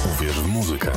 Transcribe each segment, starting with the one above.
Uwierz w muzykę.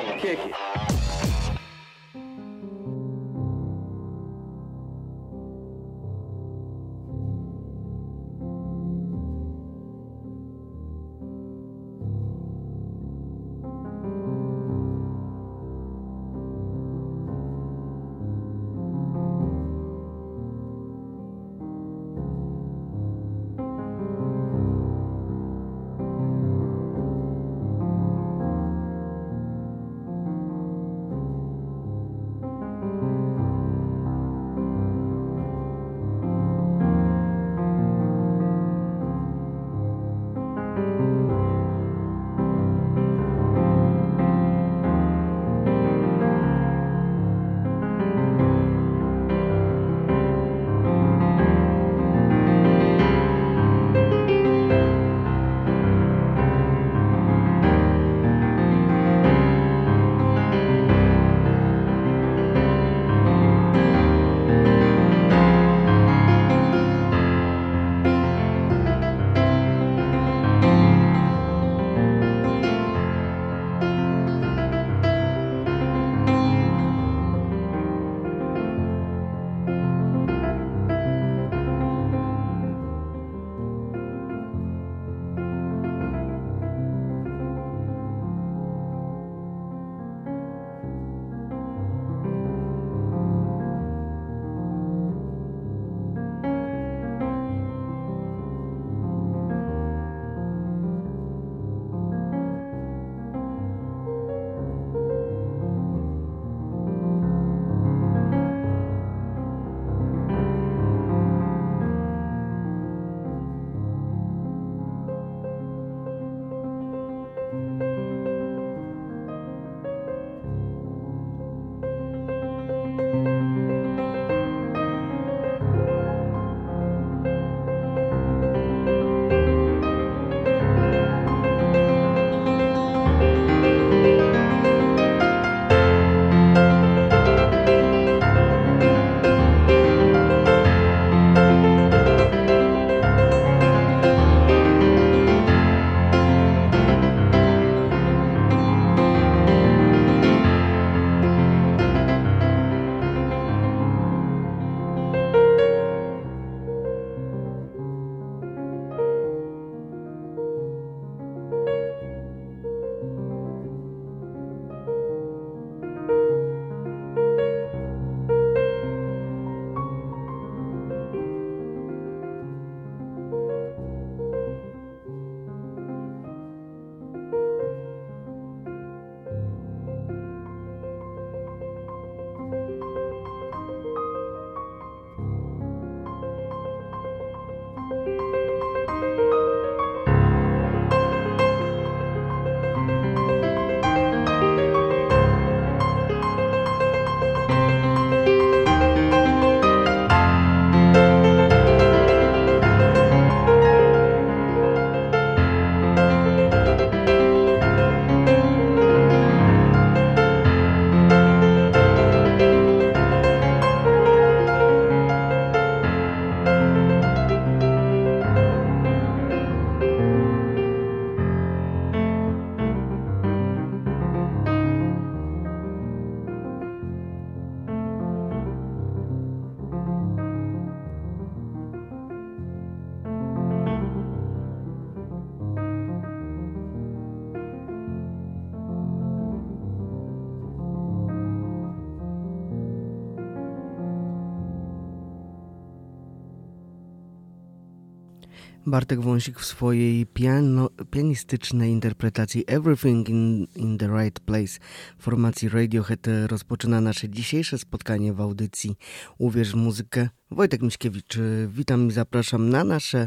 Bartek Wąsik w swojej pianistycznej interpretacji Everything in the Right Place formacji Radiohead rozpoczyna nasze dzisiejsze spotkanie w audycji Uwierz w muzykę. Wojtek Miśkiewicz, witam i zapraszam na nasze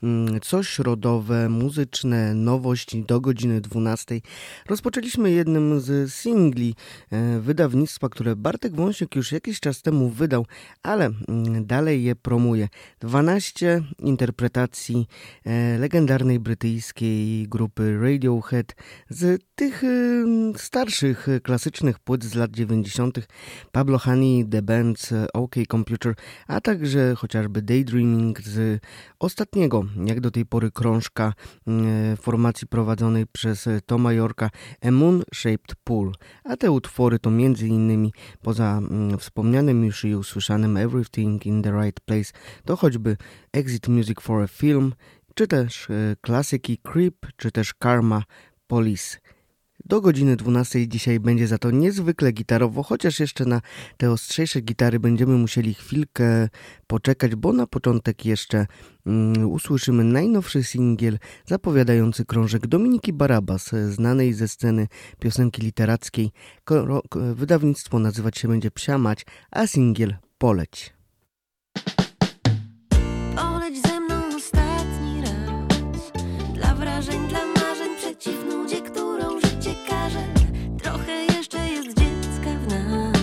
cośrodowe muzyczne nowości do godziny 12. Rozpoczęliśmy jednym z singli wydawnictwa, które Bartek Wąsik już jakiś czas temu wydał, ale dalej je promuje. 12 interpretacji legendarnej brytyjskiej grupy Radiohead z tych starszych, klasycznych płyt z lat 90. Pablo Honey, The Band, OK Computer, a także także chociażby Daydreaming z ostatniego, jak do tej pory, krążka formacji prowadzonej przez Toma Yorka, A Moon Shaped Pool. A te utwory to m.in. poza wspomnianym już i usłyszanym Everything in the Right Place, to choćby Exit Music for a Film, czy też klasyki Creep, czy też Karma Police. Do godziny 12 dzisiaj będzie za to niezwykle gitarowo, chociaż jeszcze na te ostrzejsze gitary będziemy musieli chwilkę poczekać, bo na początek jeszcze usłyszymy najnowszy singiel zapowiadający krążek Dominiki Barabas, znanej ze sceny piosenki literackiej. Wydawnictwo nazywać się będzie Psia Mać, a singiel Poleć. Poleć ze mną ostatni raz, dla wrażeń, dla marzeń, przeciw nudzie, którą życie każe. Trochę jeszcze jest dziecka w nas.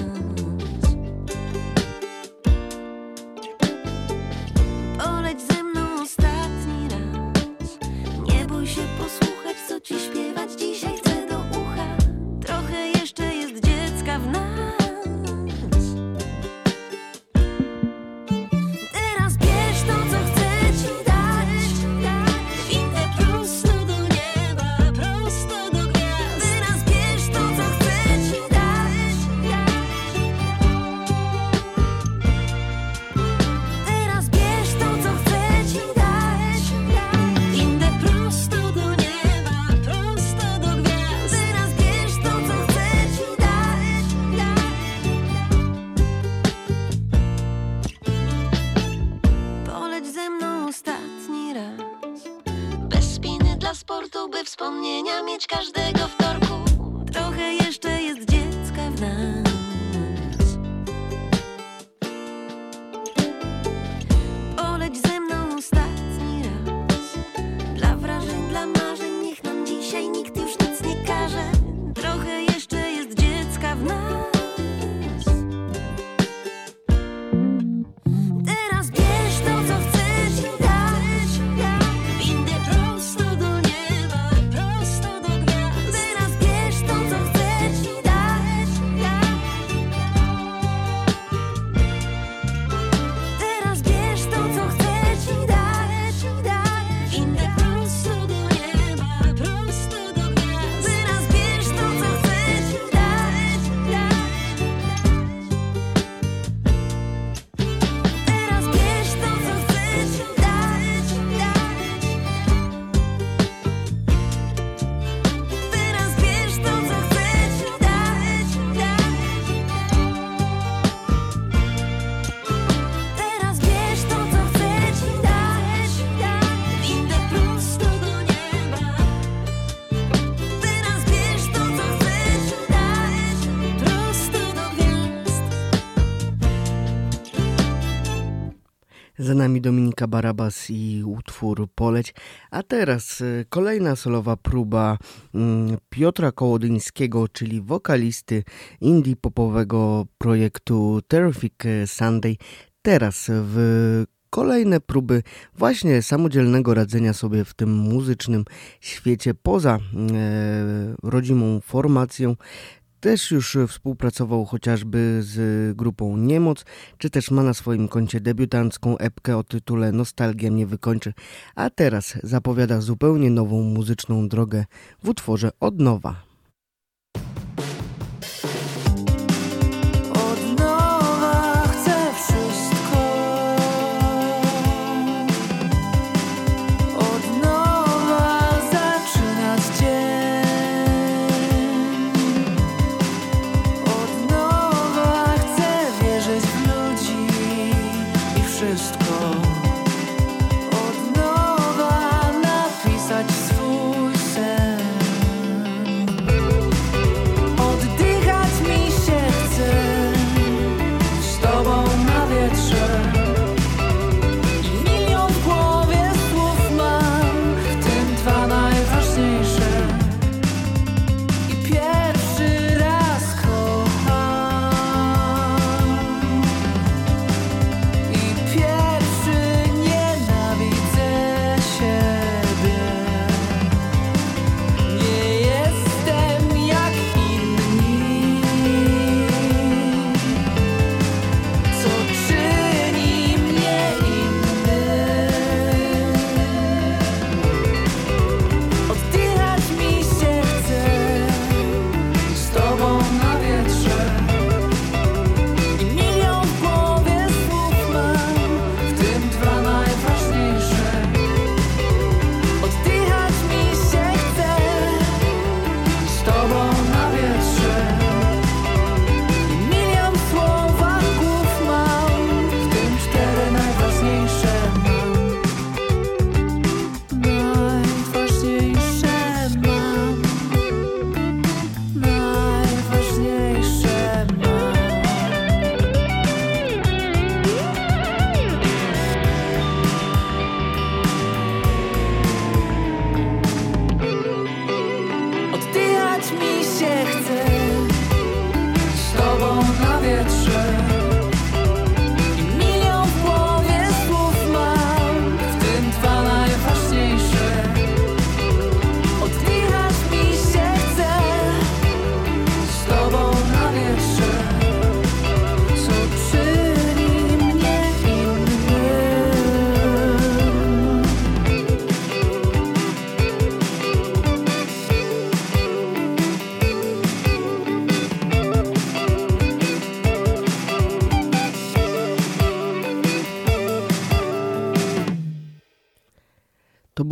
Poleć ze mną ostatni raz, nie bój się posłuchać, co ci śpiewać dzisiaj chcę do ucha. Trochę jeszcze jest dziecka w nas. Sportu, by wspomnienia mieć każdego wtorku. Trochę jeszcze jest dziecka w nas. Poleć ze mną ostatni raz, dla wrażeń, dla marzeń, niech nam dzisiaj nikt już nic nie każe. Trochę jeszcze jest dziecka w nas. Teraz bierz to, co chcę ci dać, windę prosto do nieba, prosto do gwiazd. Teraz bierz to, co chcę ci dać. Teraz bierz to, co chcę ci dać, windę prosto do nieba, prosto do gwiazd. Teraz bierz to, co chcę ci dać. Teraz bierz to, co chcę ci dać. Teraz bierz to, co chcę ci dać. Teraz bierz to, co chcę ci dać. Windę prosto do nieba. Teraz bierz to, co chcę ci dać. Prosto do gwiazd. Za nami Dominika Barabas i utwór Poleć, a teraz kolejna solowa próba Piotra Kołodyńskiego, czyli wokalisty indie popowego projektu Terrific Sunday. Teraz w kolejne próby właśnie samodzielnego radzenia sobie w tym muzycznym świecie poza rodzimą formacją. Też już współpracował chociażby z grupą Niemoc, czy też ma na swoim koncie debiutancką epkę o tytule Nostalgia mnie wykończy, a teraz zapowiada zupełnie nową muzyczną drogę w utworze Od nowa. Od nowa chcę wszystko. Od nowa zaczynać dzień. Od nowa chcę wierzyć w ludzi i wszystko. Od nowa napisać swój sen.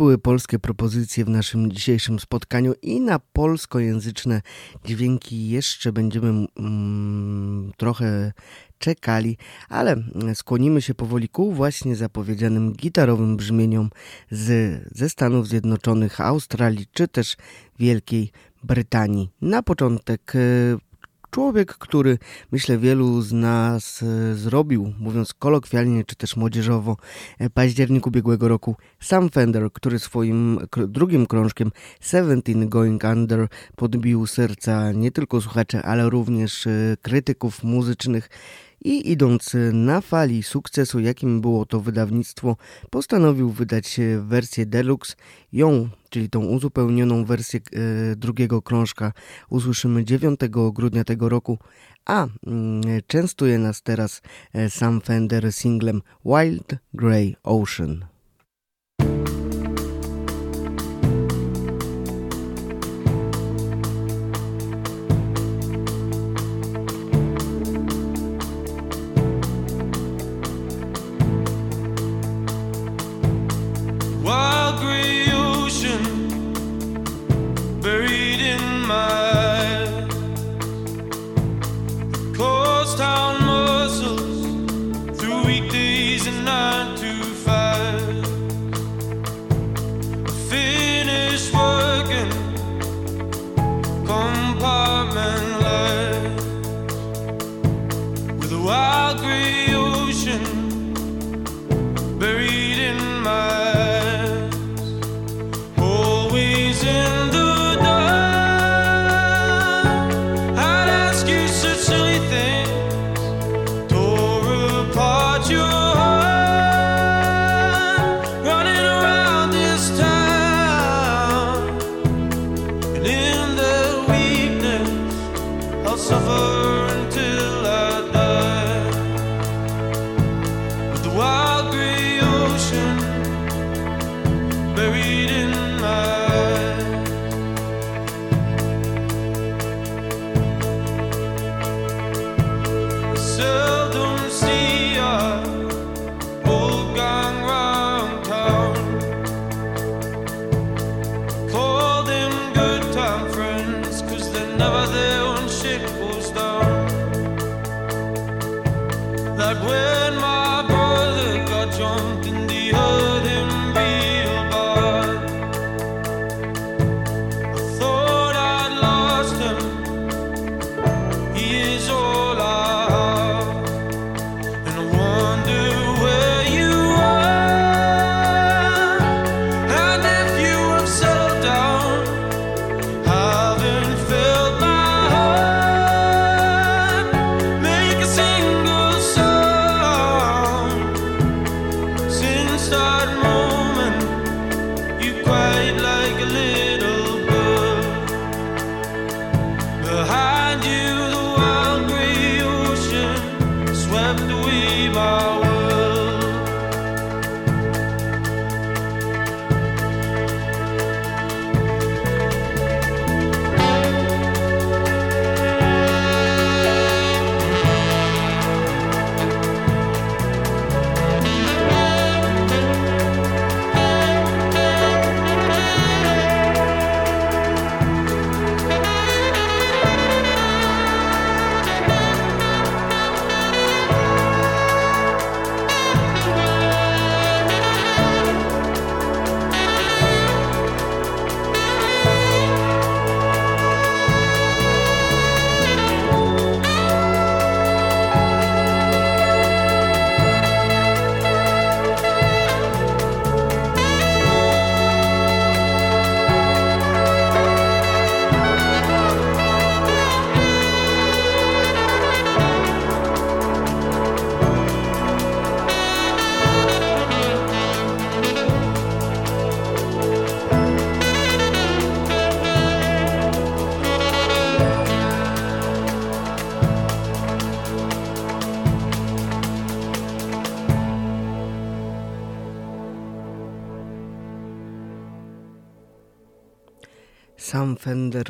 były polskie propozycje w naszym dzisiejszym spotkaniu i na polskojęzyczne dźwięki jeszcze będziemy trochę czekali, ale skłonimy się powoli ku właśnie zapowiedzianym gitarowym brzmieniom ze Stanów Zjednoczonych, Australii czy też Wielkiej Brytanii. Na początek człowiek, który myślę wielu z nas zrobił, mówiąc kolokwialnie czy też młodzieżowo, październik ubiegłego roku, Sam Fender, który swoim drugim krążkiem 17 Going Under podbił serca nie tylko słuchaczy, ale również krytyków muzycznych. I idąc na fali sukcesu, jakim było to wydawnictwo, postanowił wydać wersję deluxe. Ją, czyli tą uzupełnioną wersję drugiego krążka, usłyszymy 9 grudnia tego roku, a częstuje nas teraz Sam Fender singlem Wild Grey Ocean. Wild grey ocean buried in my coast town muscles through weekdays and 9 to 5. I finished working compartment life with a wild grey ocean buried in my Sam Fender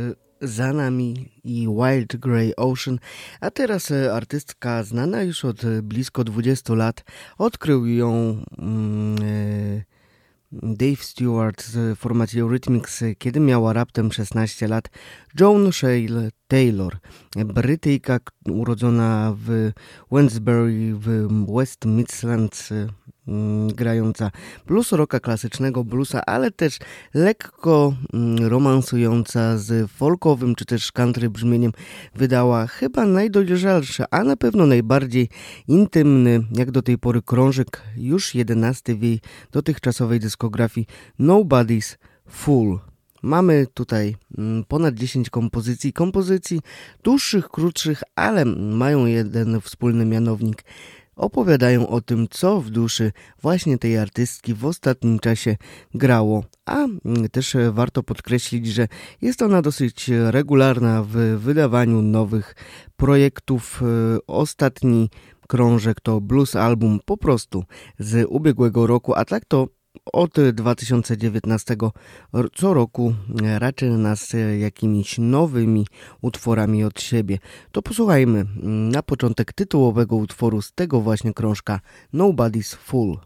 za nami i Wild Grey Ocean, a teraz artystka znana już od blisko 20 lat. Odkrył ją Dave Stewart z formacji Eurythmics, kiedy miała raptem 16 lat. Joan Shale Taylor, Brytyjka urodzona w Wednesbury w West Midlands, grająca blues rocka, klasycznego bluesa, ale też lekko romansująca z folkowym czy też country brzmieniem, wydała chyba najdojrzalszy, a na pewno najbardziej intymny jak do tej pory krążek, już 11 w jej dotychczasowej dyskografii, Nobody's Fool. Mamy tutaj ponad 10 kompozycji dłuższych, krótszych, ale mają jeden wspólny mianownik. Opowiadają o tym, co w duszy właśnie tej artystki w ostatnim czasie grało, a też warto podkreślić, że jest ona dosyć regularna w wydawaniu nowych projektów. Ostatni krążek to blues album po prostu z ubiegłego roku, a tak to od 2019 co roku raczy nas jakimiś nowymi utworami od siebie. To posłuchajmy na początek tytułowego utworu z tego właśnie krążka Nobody's Fool.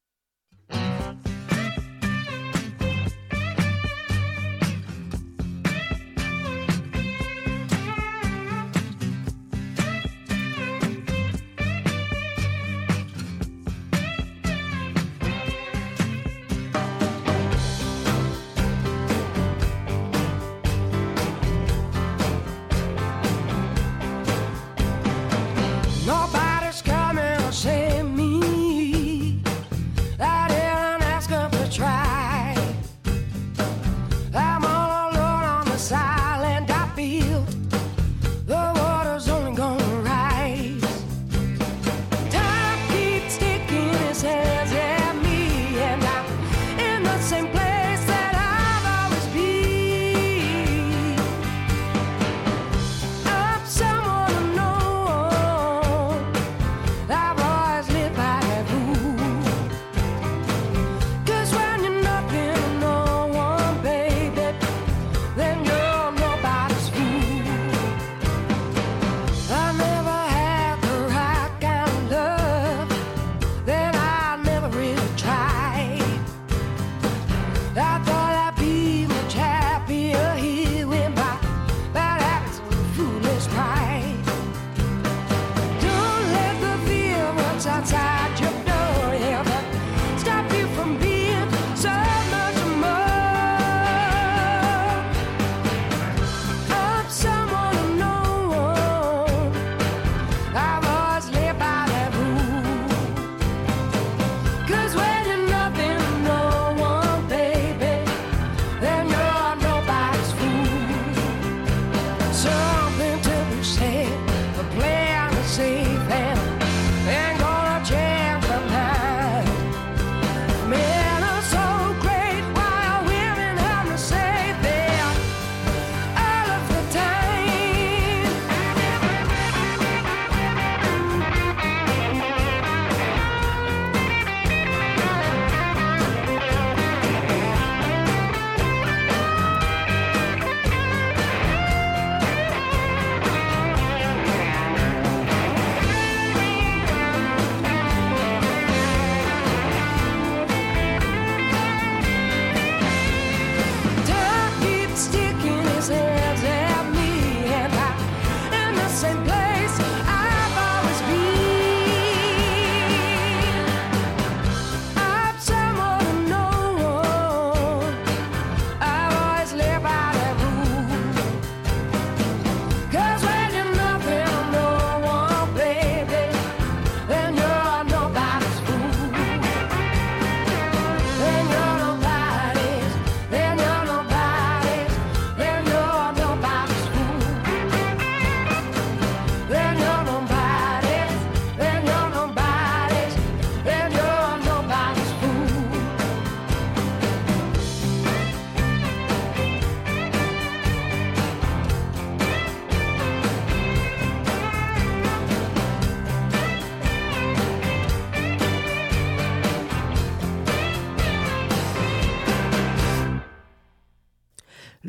Nobody's coming to save me. I didn't ask her to try. I'm all alone on this island. I feel the water's only gonna rise. Time keeps ticking its hands at me, and I'm in the same place that I've always been. I'm someone unknown. I've always lived by that rule. 'Cause when you're nothing to no one, baby, then you're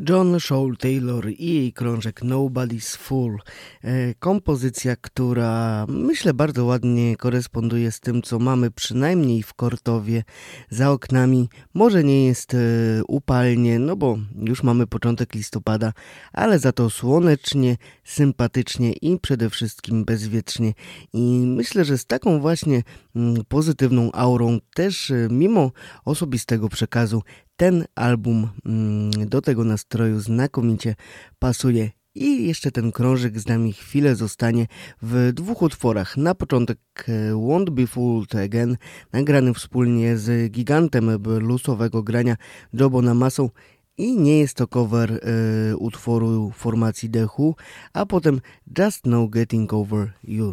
John Shaw Taylor i jej krążek Nobody's Fool. Kompozycja, która myślę bardzo ładnie koresponduje z tym, co mamy przynajmniej w Kortowie za oknami. Może nie jest upalnie, no bo już mamy początek listopada, ale za to słonecznie, sympatycznie i przede wszystkim bezwietrznie. I myślę, że z taką właśnie pozytywną aurą też mimo osobistego przekazu ten album do tego nastroju znakomicie pasuje. I jeszcze ten krążek z nami chwilę zostanie w dwóch utworach. Na początek Won't Be Fooled Again, nagrany wspólnie z gigantem bluesowego grania Joe Bonamassą. I nie jest to cover utworu formacji The Who, a potem Just No Getting Over You.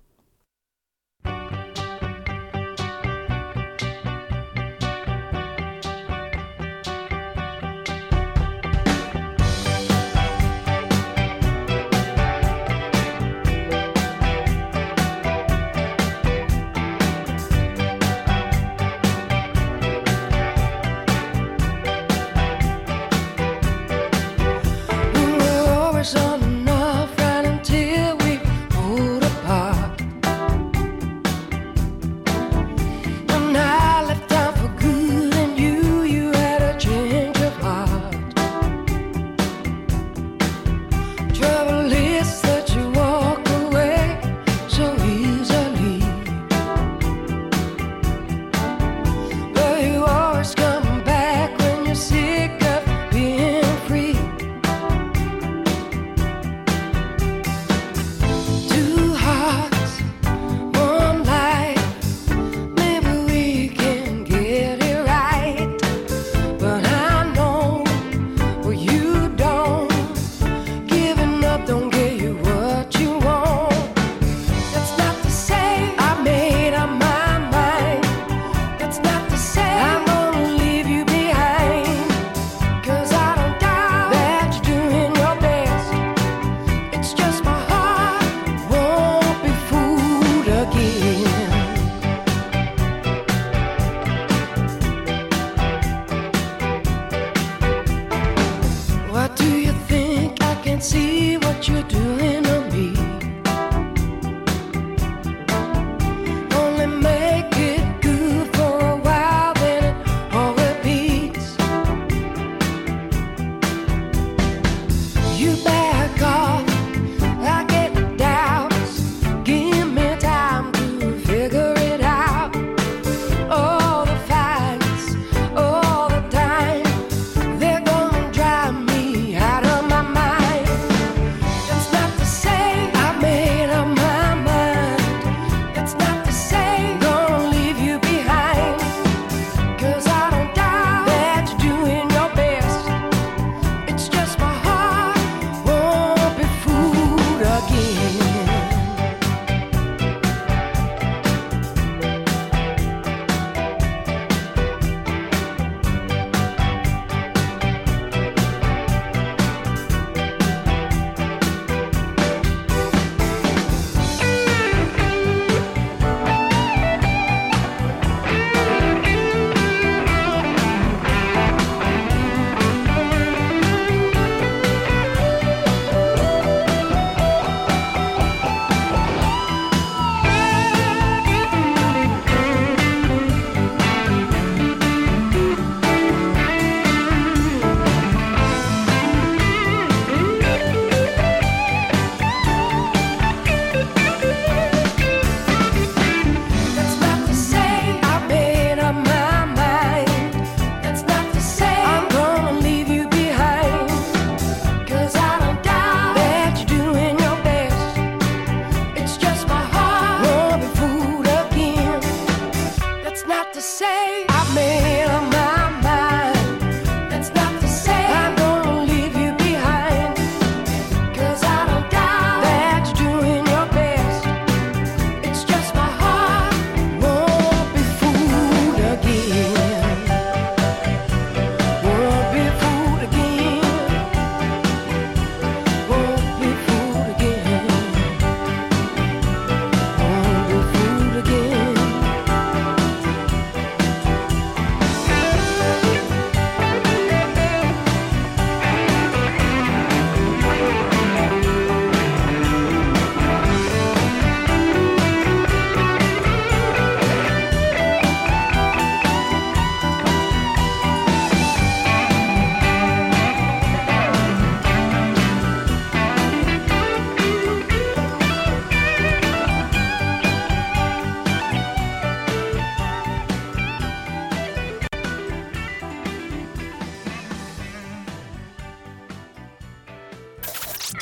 On enough right until we pulled apart. And I left town for good, and you had a change of heart. Trouble is that you walk away so easily, but you always come back when you're sick of being free. That's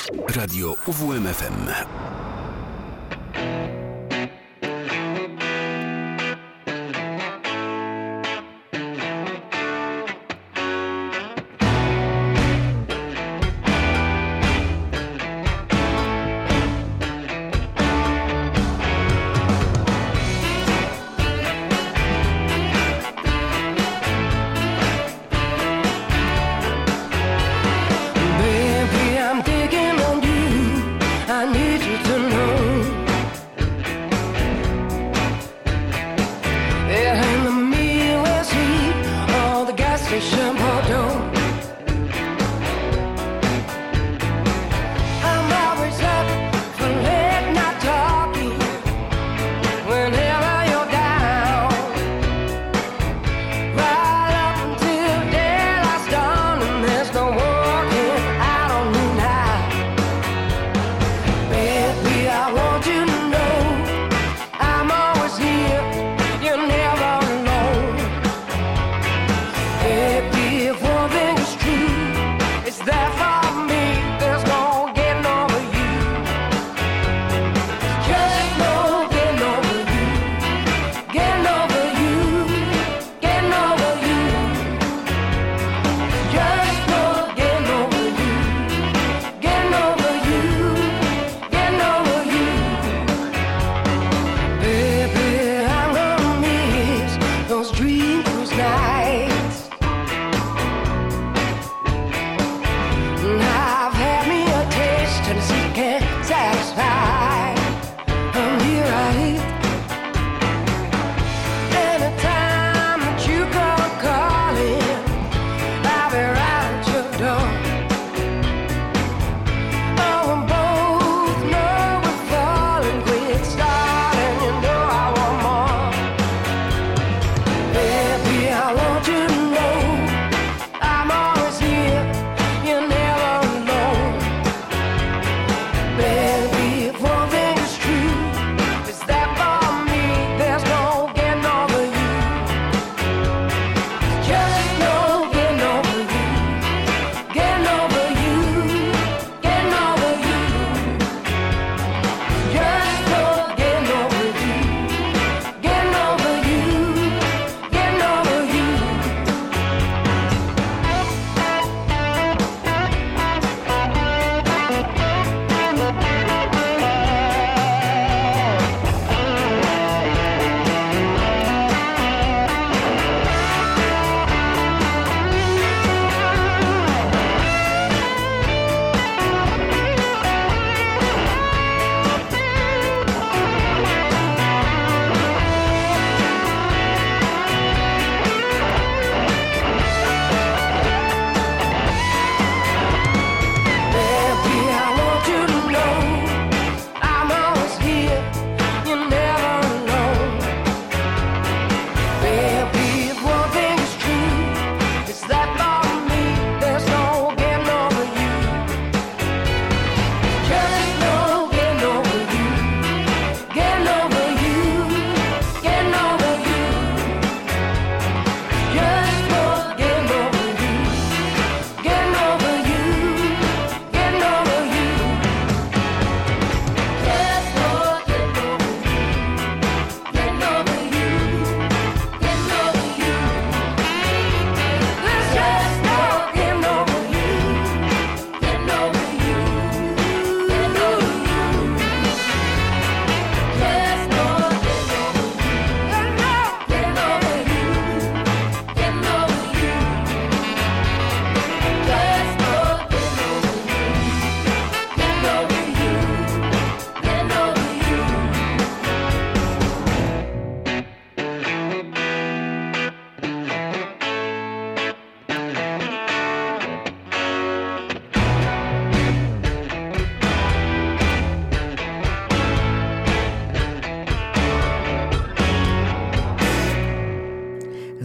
Radio UWMFM. Baby, I'm digging on you. I need you to know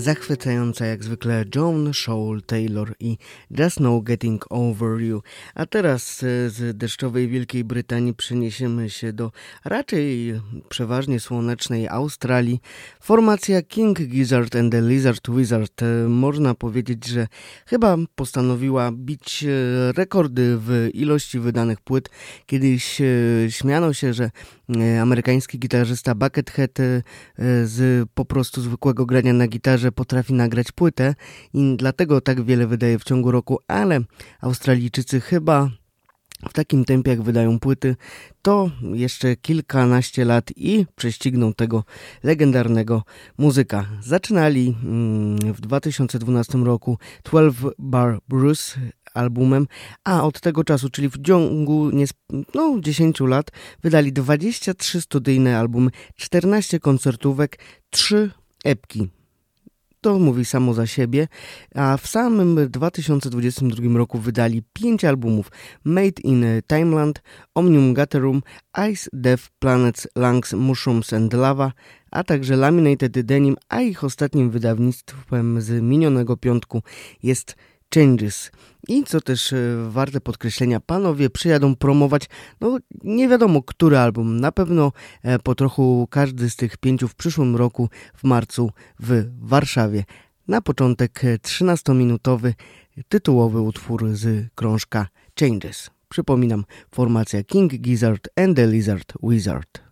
Zachwycająca jak zwykle Joan Shaw Taylor i Just No Getting Over You. A teraz z deszczowej Wielkiej Brytanii przeniesiemy się do raczej przeważnie słonecznej Australii. Formacja King Gizzard and the Lizard Wizard, można powiedzieć, że chyba postanowiła bić rekordy w ilości wydanych płyt. Kiedyś śmiano się, że amerykański gitarzysta Buckethead z po prostu zwykłego grania na gitarze potrafi nagrać płytę i dlatego tak wiele wydaje w ciągu roku, ale Australijczycy chyba w takim tempie jak wydają płyty, to jeszcze kilkanaście lat i prześcigną tego legendarnego muzyka. Zaczynali w 2012 roku 12 Bar Bruce albumem, a od tego czasu, czyli w ciągu 10 lat, wydali 23 studyjne albumy, 14 koncertówek, 3 epki. To mówi samo za siebie, a w samym 2022 roku wydali 5 albumów: Made in Timeland, Omnium Gatherum, Ice, Death, Planets, Lungs, Mushrooms and Lava, a także Laminated Denim, a ich ostatnim wydawnictwem z minionego piątku jest Changes. I co też warte podkreślenia, panowie przyjadą promować, nie wiadomo który album, na pewno po trochu każdy z tych 5 w przyszłym roku w marcu w Warszawie. Na początek 13-minutowy tytułowy utwór z krążka Changes. Przypominam, formacja King Gizzard and the Lizard Wizard.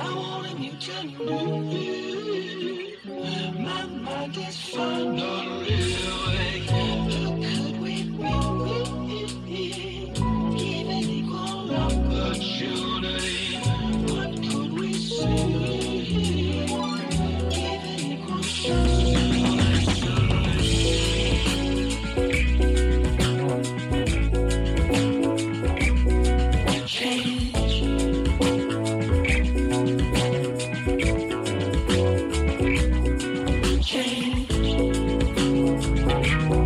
wanna mutually move. My mind is finally awake. Who could we be? Given equal opportunity, what could we see? Given equal stimulation. Change.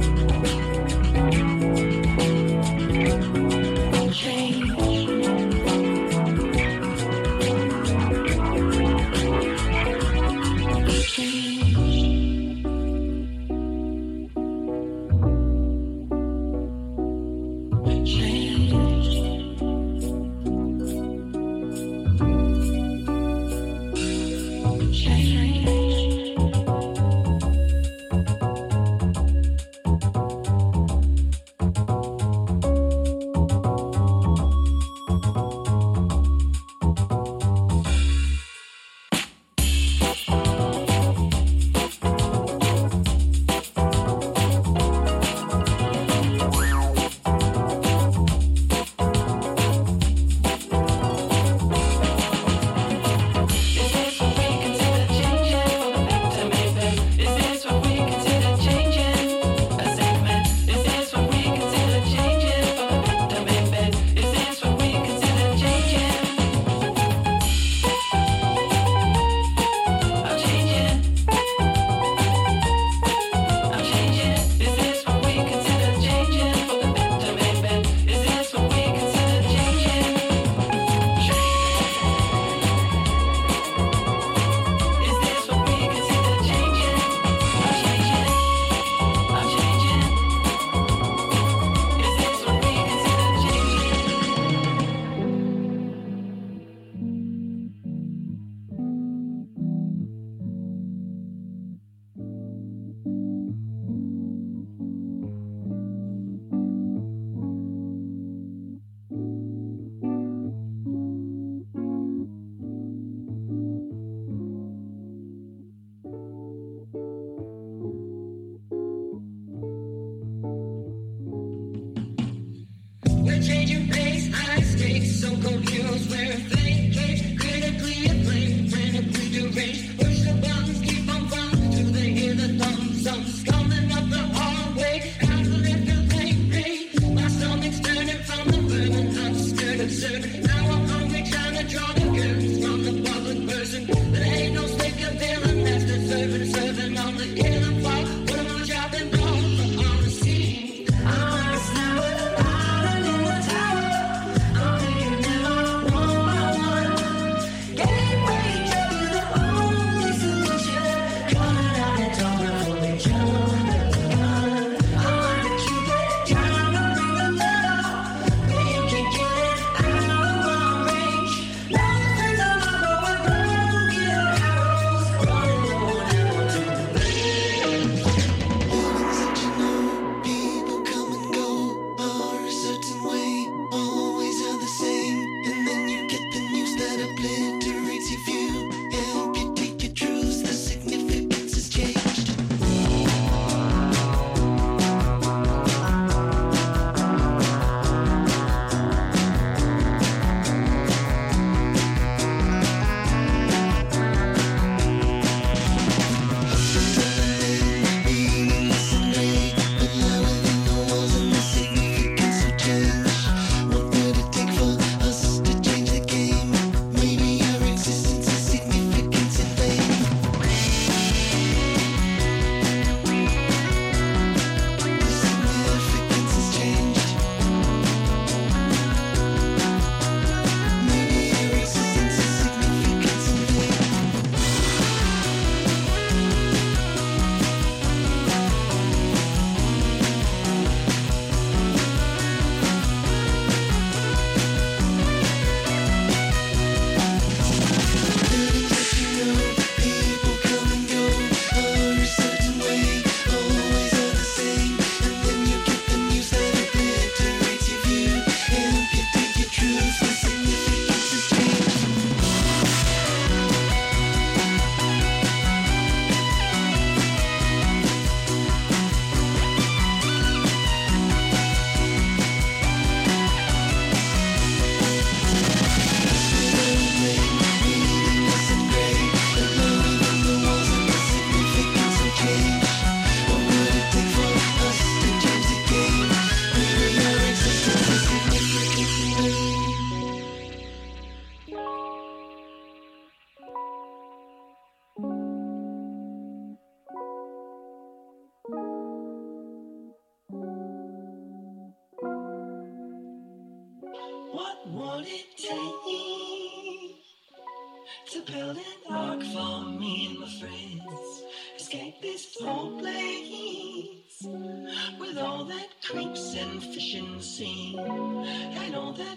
what it takes to build an ark for me and my friends. Escape this whole place with all that creeps and fish in the sea, and all that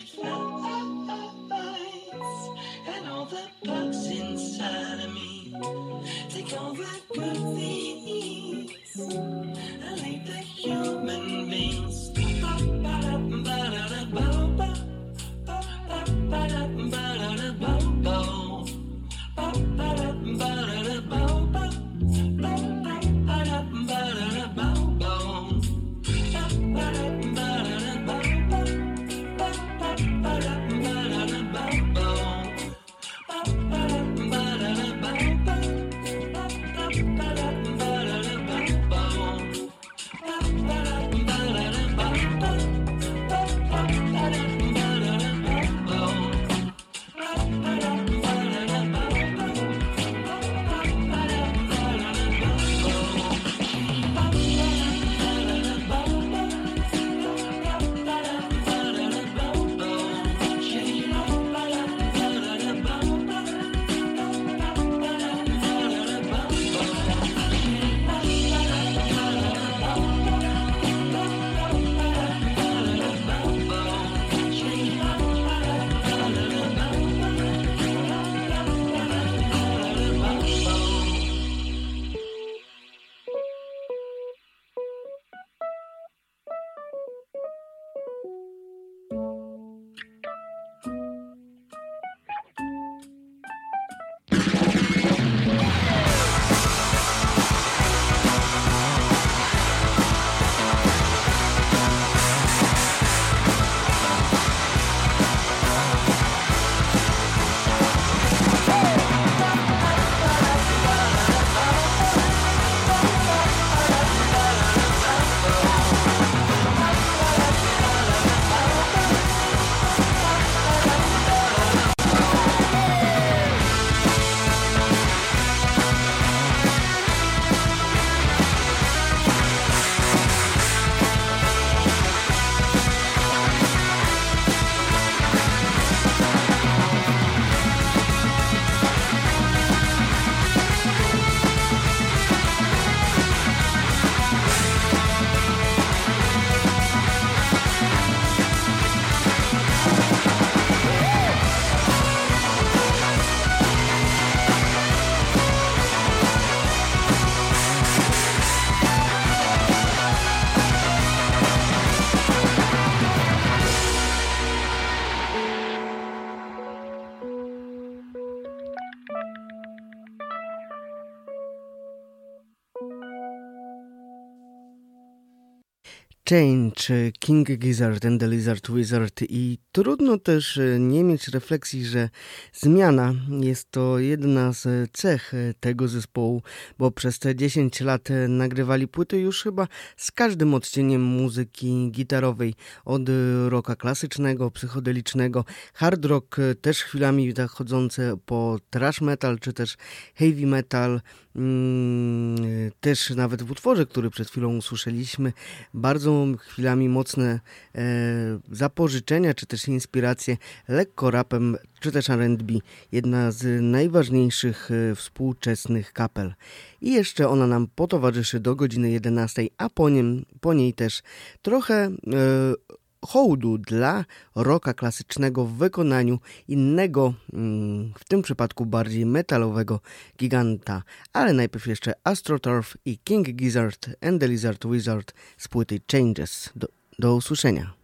flies, and all the bugs inside of me. Take all the good things and leave the human beings. Change, King Gizzard and the Lizard Wizard i trudno też nie mieć refleksji, że zmiana jest to jedna z cech tego zespołu, bo przez te 10 lat nagrywali płyty już chyba z każdym odcieniem muzyki gitarowej, od rocka klasycznego, psychodelicznego, hard rock, też chwilami zachodzące po thrash metal czy też heavy metal, też nawet w utworze, który przed chwilą usłyszeliśmy, bardzo chwilami mocne zapożyczenia, czy też inspiracje lekko rapem, czy też R&B. Jedna z najważniejszych współczesnych kapel. I jeszcze ona nam potowarzyszy do godziny 11, a po niej też trochę hołdu dla rocka klasycznego w wykonaniu innego, w tym przypadku bardziej metalowego giganta. Ale najpierw jeszcze AstroTurf i King Gizzard and the Lizard Wizard z płyty Changes. Do usłyszenia.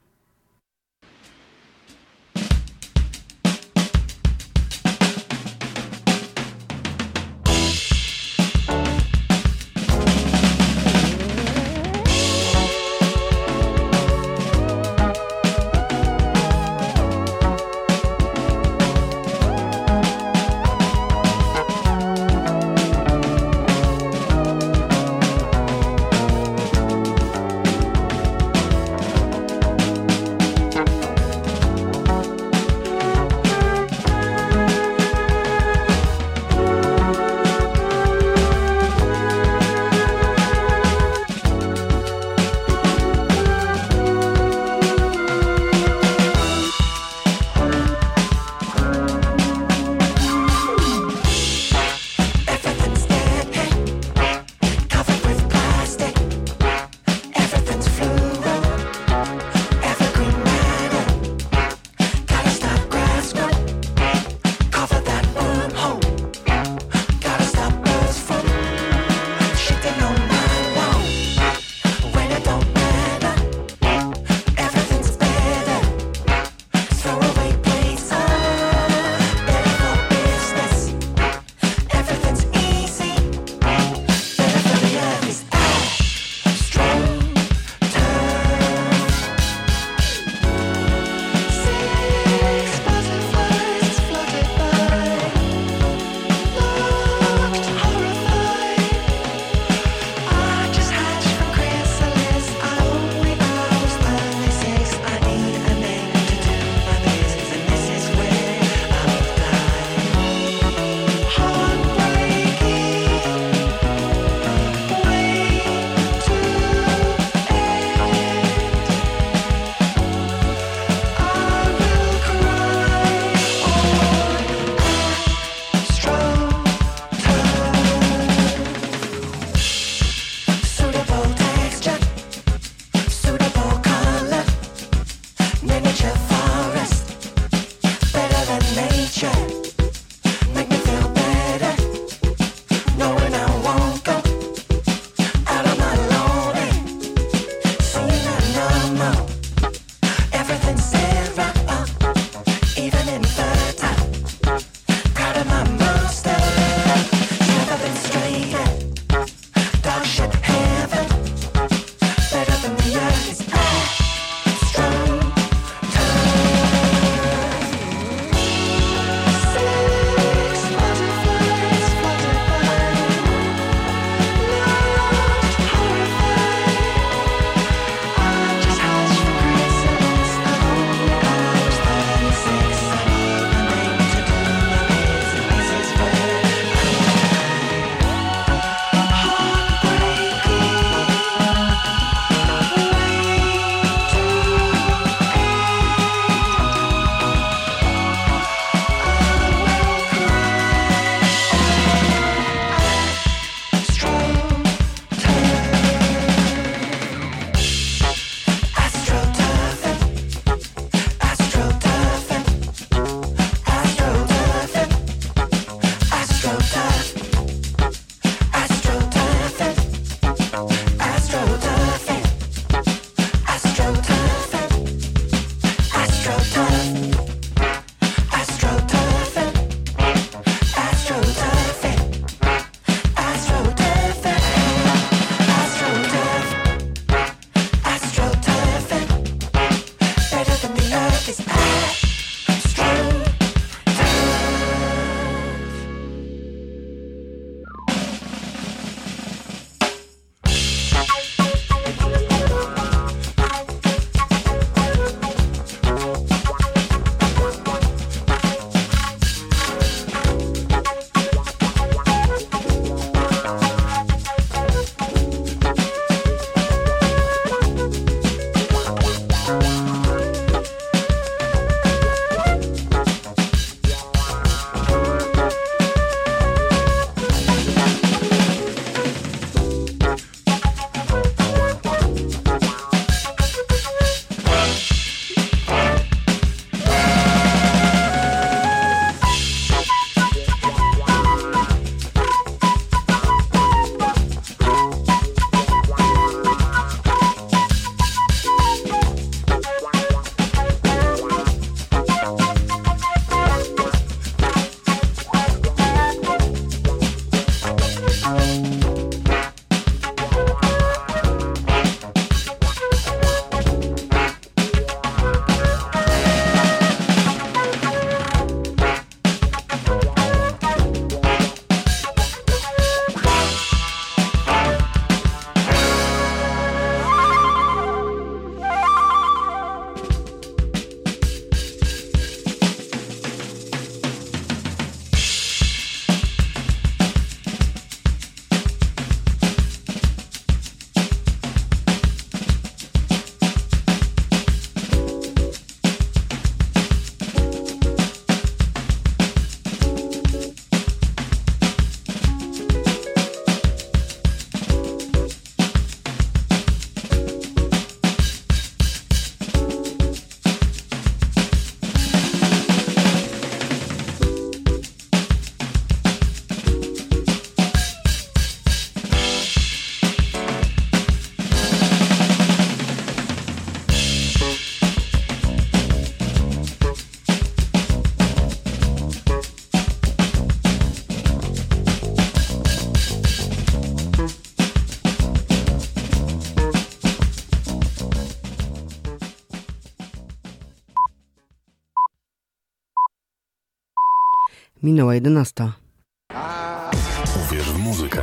Minęła 11. Uwierz w muzykę.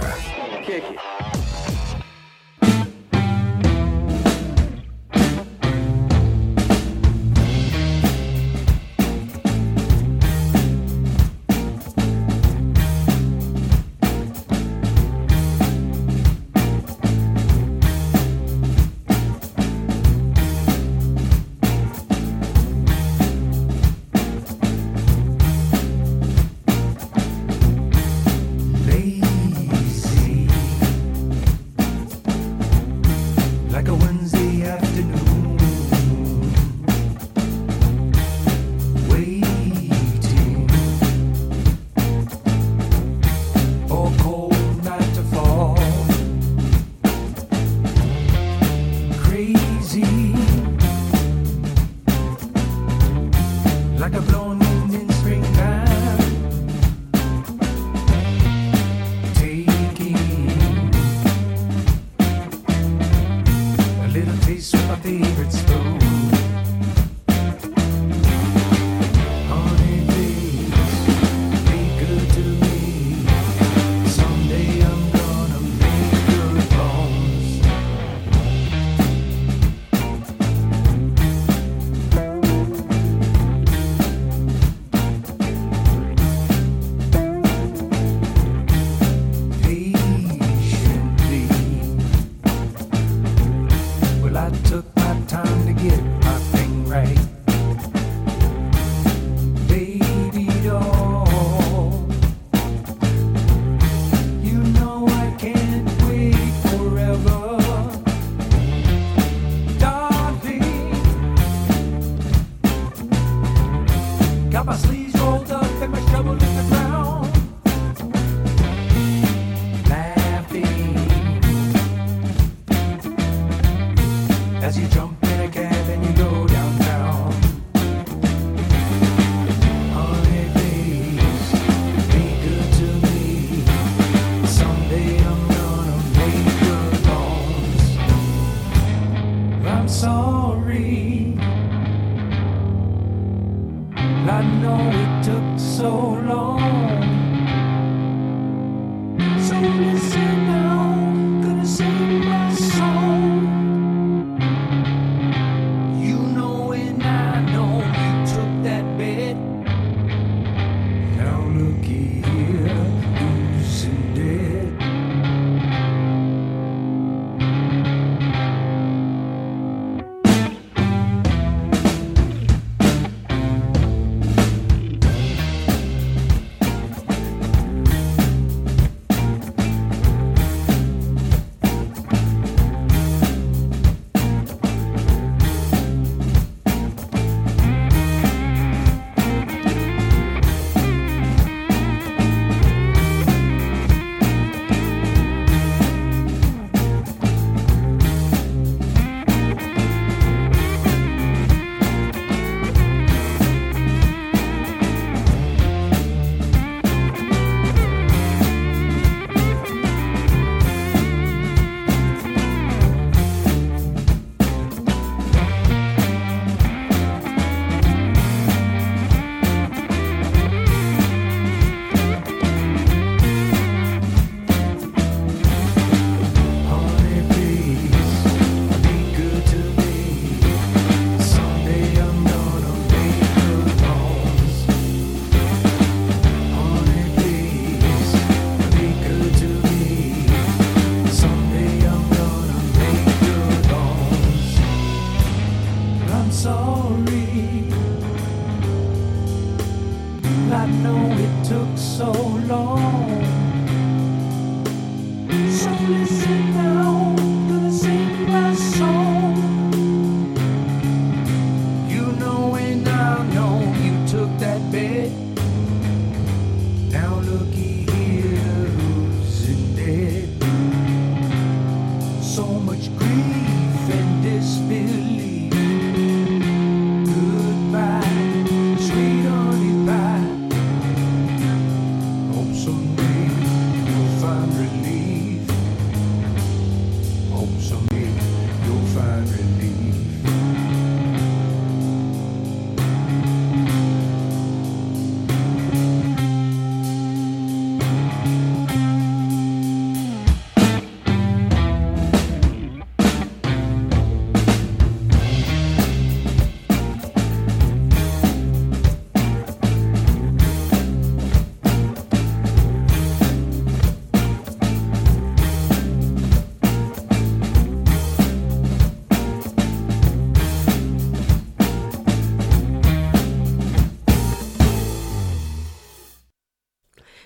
Lazy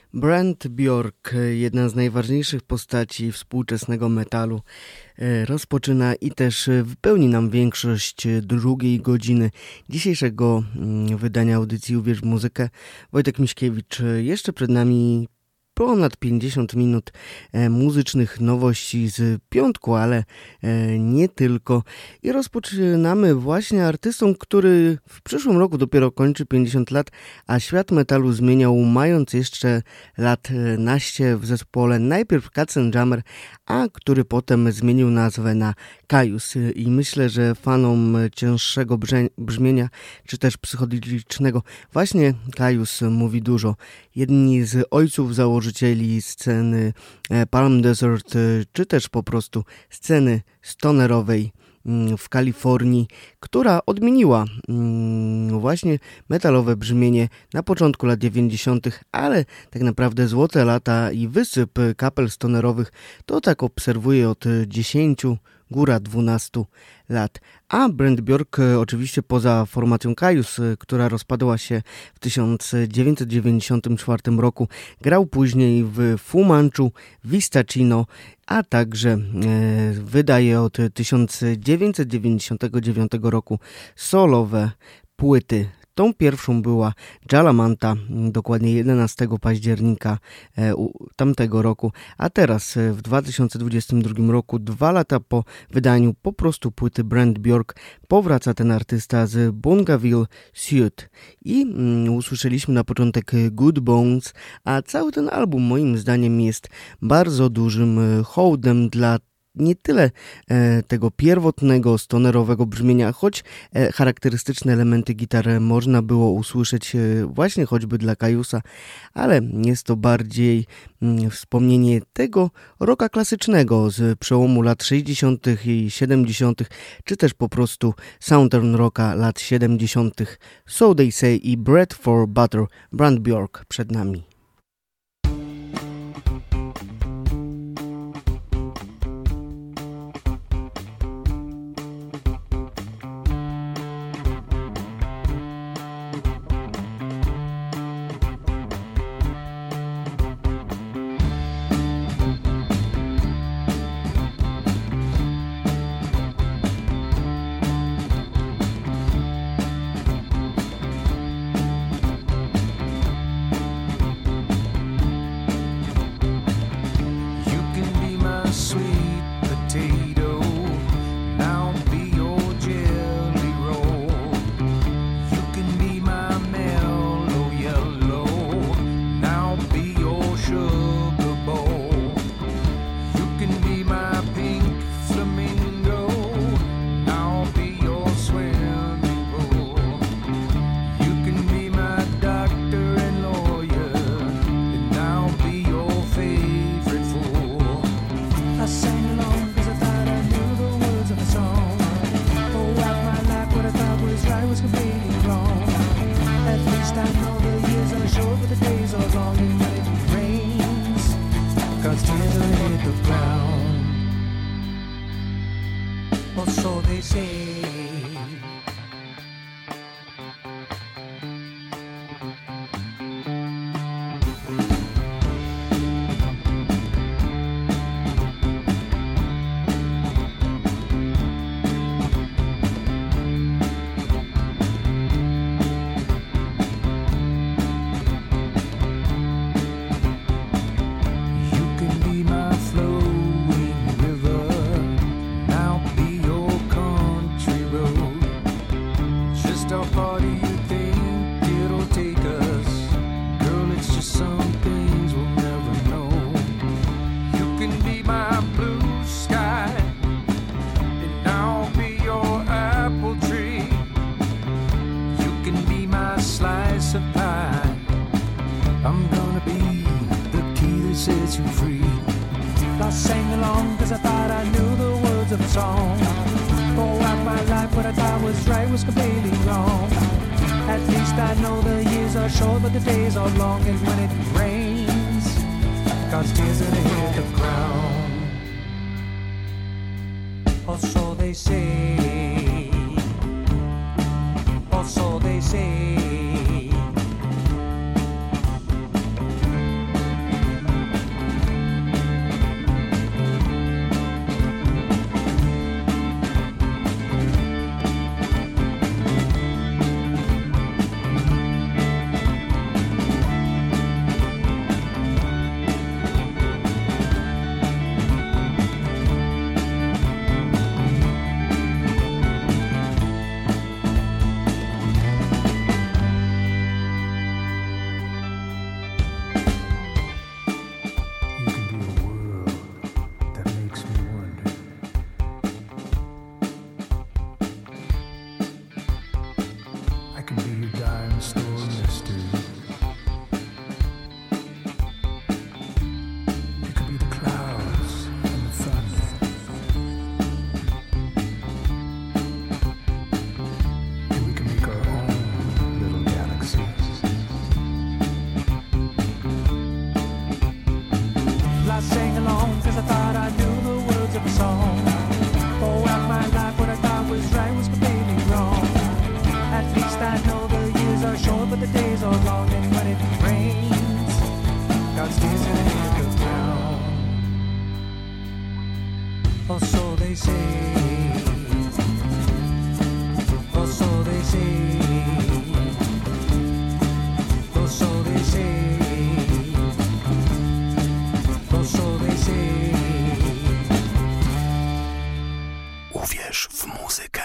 Brand Bjork, jedna z najważniejszych postaci współczesnego metalu, rozpoczyna i też wypełni nam większość drugiej godziny dzisiejszego wydania audycji Uwierz w muzykę. Wojtek Miśkiewicz, jeszcze przed nami ponad 50 minut muzycznych nowości z piątku, ale nie tylko. I rozpoczynamy właśnie artystą, który w przyszłym roku dopiero kończy 50 lat, a świat metalu zmieniał mając jeszcze lat naście w zespole najpierw Cats and Jammer, a który potem zmienił nazwę na Kyuss. I myślę, że fanom cięższego brzmienia, czy też psychodelicznego, właśnie Kyuss mówi dużo. Jedni z ojców założycieli sceny Palm Desert, czy też po prostu sceny stonerowej w Kalifornii, która odmieniła właśnie metalowe brzmienie na początku lat 90., ale tak naprawdę złote lata i wysyp kapel stonerowych to tak obserwuję od 10, góra 12 lat. A Brand Bjork oczywiście poza formacją Kyuss, która rozpadła się w 1994 roku, grał później w Fu Manchu, Vistacino, a także wydaje od 1999 roku solowe płyty. Tą pierwszą była Jalamanta, dokładnie 11 października tamtego roku, a teraz w 2022 roku, 2 lata po wydaniu po prostu płyty Brand Bjork, powraca ten artysta z Bungaville Suite i usłyszeliśmy na początek Good Bones, a cały ten album moim zdaniem jest bardzo dużym hołdem dla nie tyle tego pierwotnego stonerowego brzmienia, choć charakterystyczne elementy gitary można było usłyszeć właśnie choćby dla Kyussa, ale jest to bardziej wspomnienie tego rocka klasycznego z przełomu lat 60. i 70., czy też po prostu Southern rocka lat 70. So They Say i Bread for Butter, Brand Bjork przed nami. or so they say, or so they say, or so they say, or so they say. Uwierz w muzykę.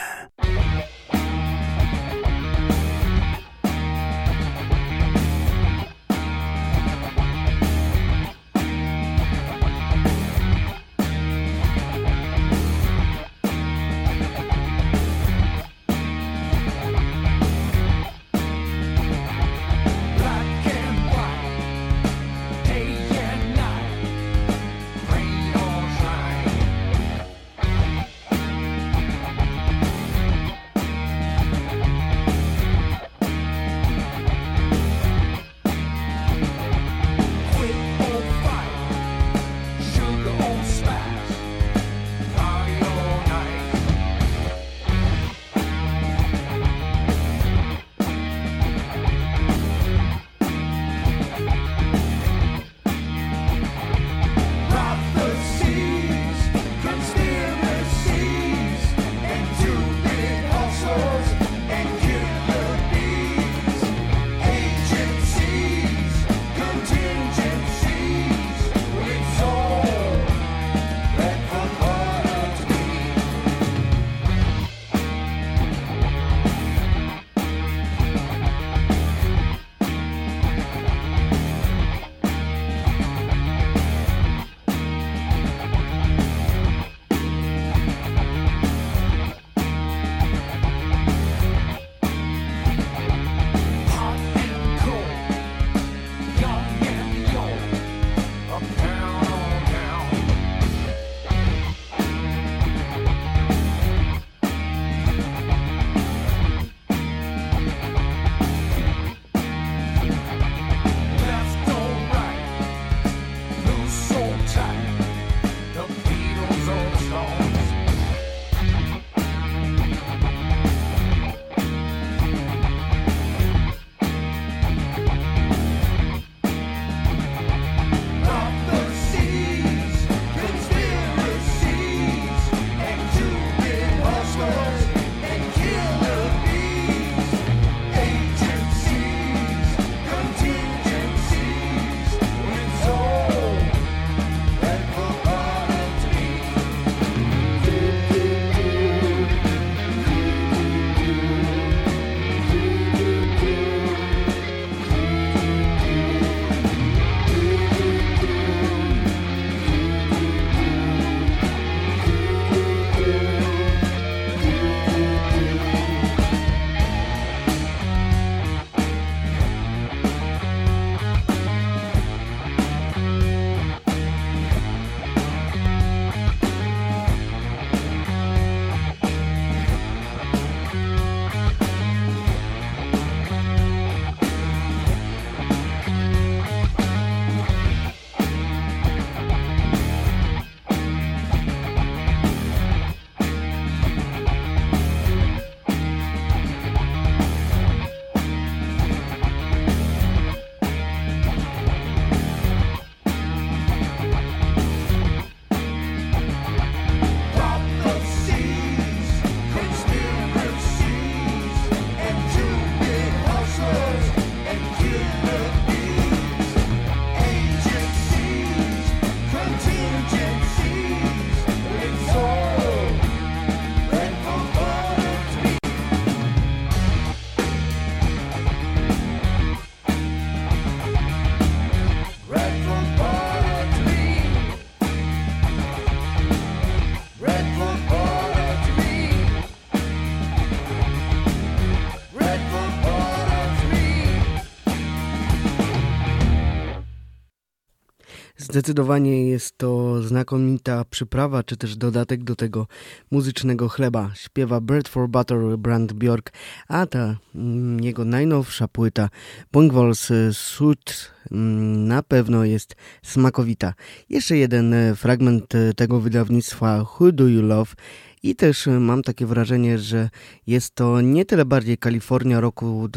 Zdecydowanie jest to znakomita przyprawa, czy też dodatek do tego muzycznego chleba. Śpiewa Bread for Butter Brand Bjork, a ta jego najnowsza płyta Bongwals Suit na pewno jest smakowita. Jeszcze jeden fragment tego wydawnictwa Who Do You Love? I też mam takie wrażenie, że jest to nie tyle bardziej Kalifornia roku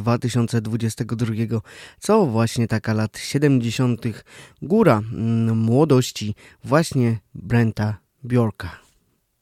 2022, co właśnie taka lat 70. góra młodości właśnie Brenta Bjorka.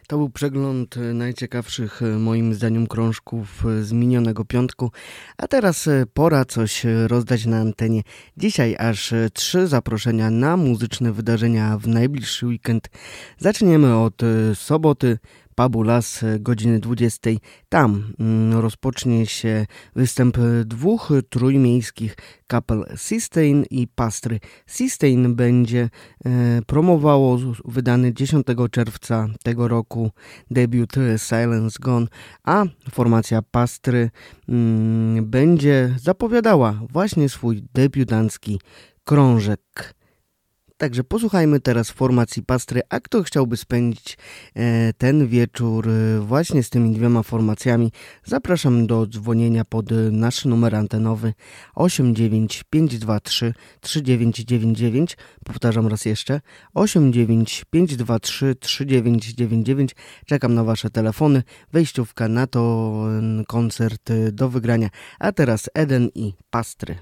To był przegląd najciekawszych moim zdaniem krążków z minionego piątku, a teraz pora coś rozdać na antenie. Dzisiaj aż 3 zaproszenia na muzyczne wydarzenia w najbliższy weekend. Zaczniemy od soboty. Pabulas, godziny 20. Tam rozpocznie się występ 2 trójmiejskich kapel Sistine i Pastry. Sistine będzie promowało wydany 10 czerwca tego roku debiut Silence Gone, a formacja Pastry będzie zapowiadała właśnie swój debiutancki krążek. Także posłuchajmy teraz formacji Pastry, a kto chciałby spędzić ten wieczór właśnie z tymi 2 formacjami, zapraszam do dzwonienia pod nasz numer antenowy 89523 3999, powtarzam raz jeszcze 89523 3999, czekam na wasze telefony, wejściówka na to koncert do wygrania, a teraz Eden i Pastry.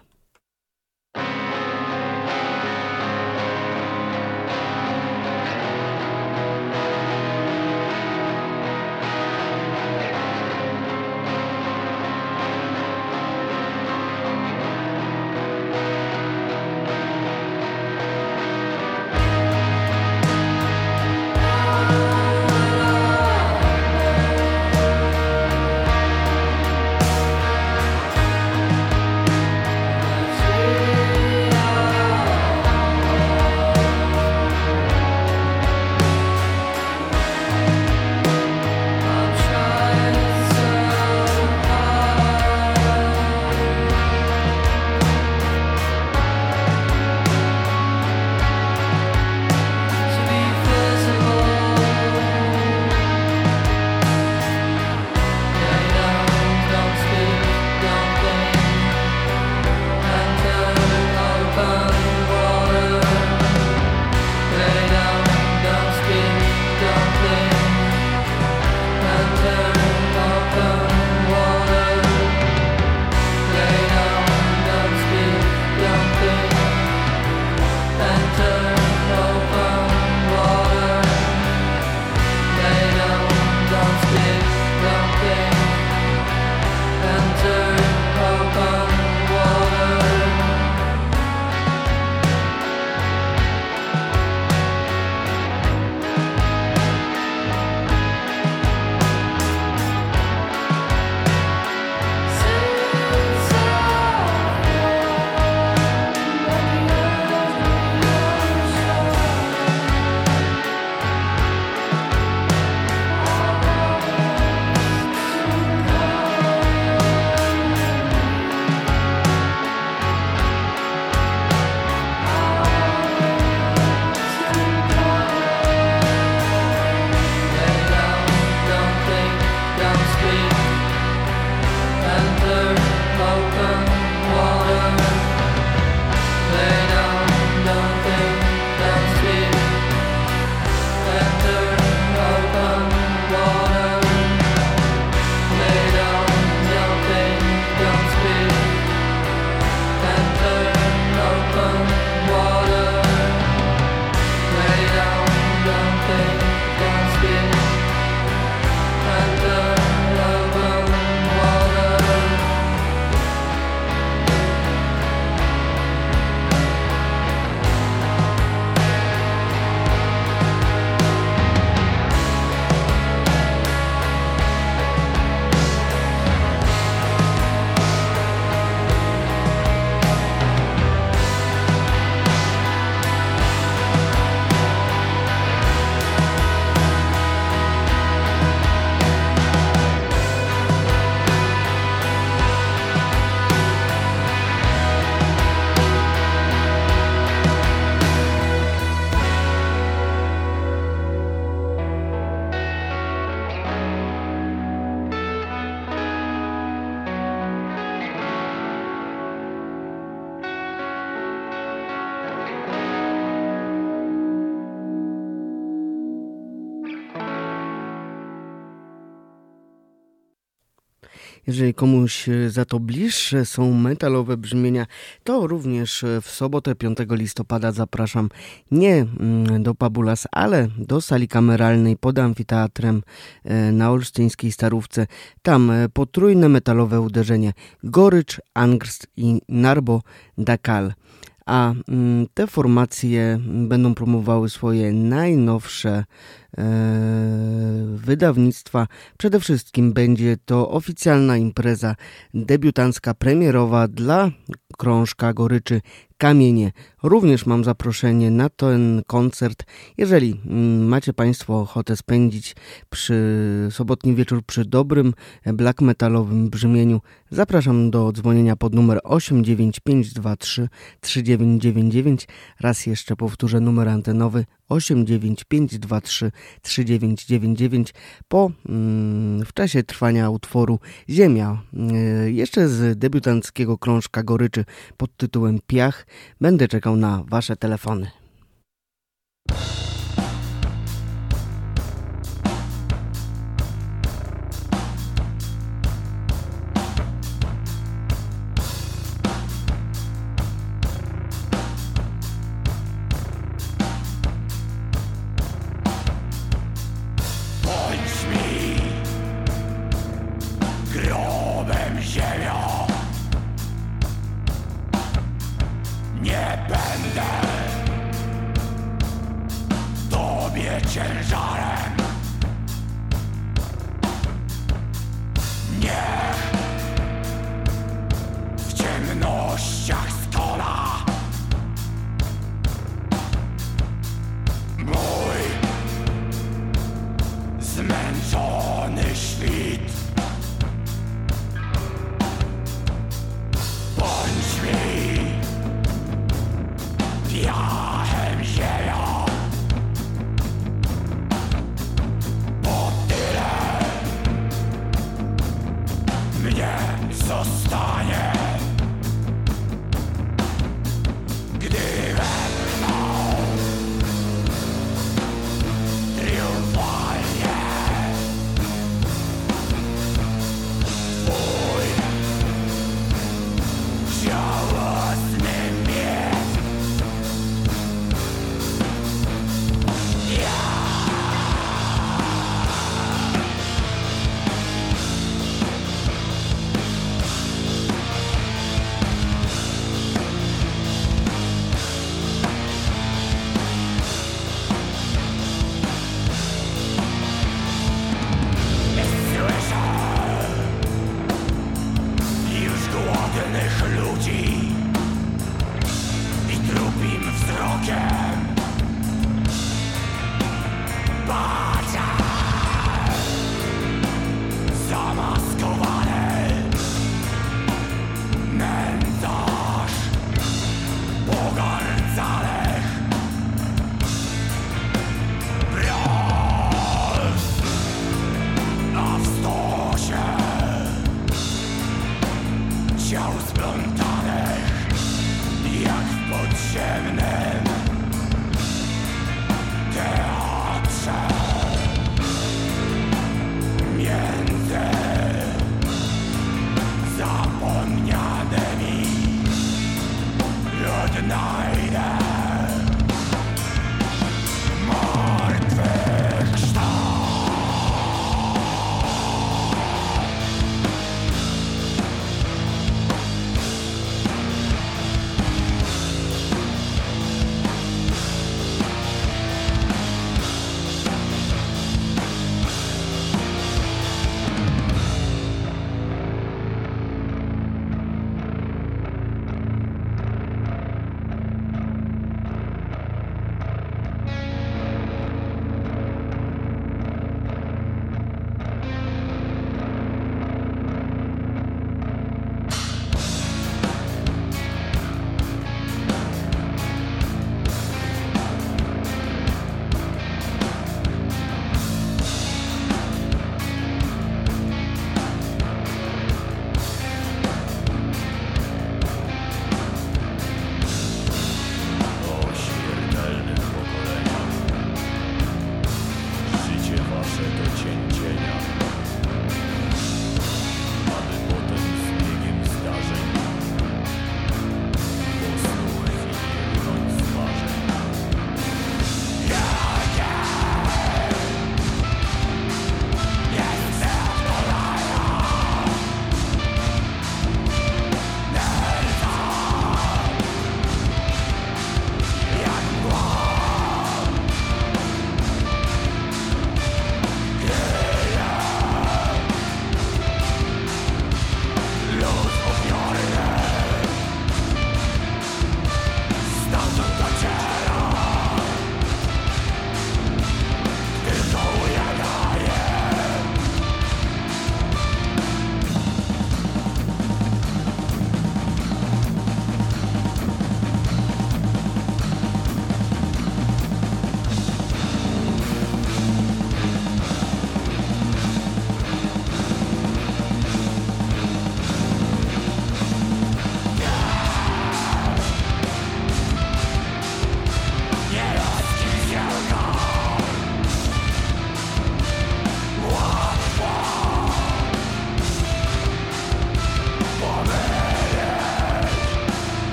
Oh, Jeżeli komuś za to bliższe są metalowe brzmienia, to również w sobotę 5 listopada zapraszam nie do Pabulas, ale do sali kameralnej pod amfiteatrem na olsztyńskiej Starówce. Tam potrójne metalowe uderzenie Gorycz, Angst i Narbo Dakal. A te formacje będą promowały swoje najnowsze wydawnictwa. Przede wszystkim będzie to oficjalna impreza debiutancka, premierowa dla krążka Goryczy Kamienie. Również mam zaproszenie na ten koncert. Jeżeli macie Państwo ochotę spędzić sobotni wieczór przy dobrym black metalowym brzmieniu, zapraszam do dzwonienia pod numer 89523 3999. Raz jeszcze powtórzę numer antenowy 89523 3999 w czasie trwania utworu Ziemia. Jeszcze z debiutanckiego krążka Goryczy pod tytułem Piach. Będę czekał na Wasze telefony. Ciężarem niech w ciemnościach skona mój zmęczony świt. Bądź mi piachem ziemia.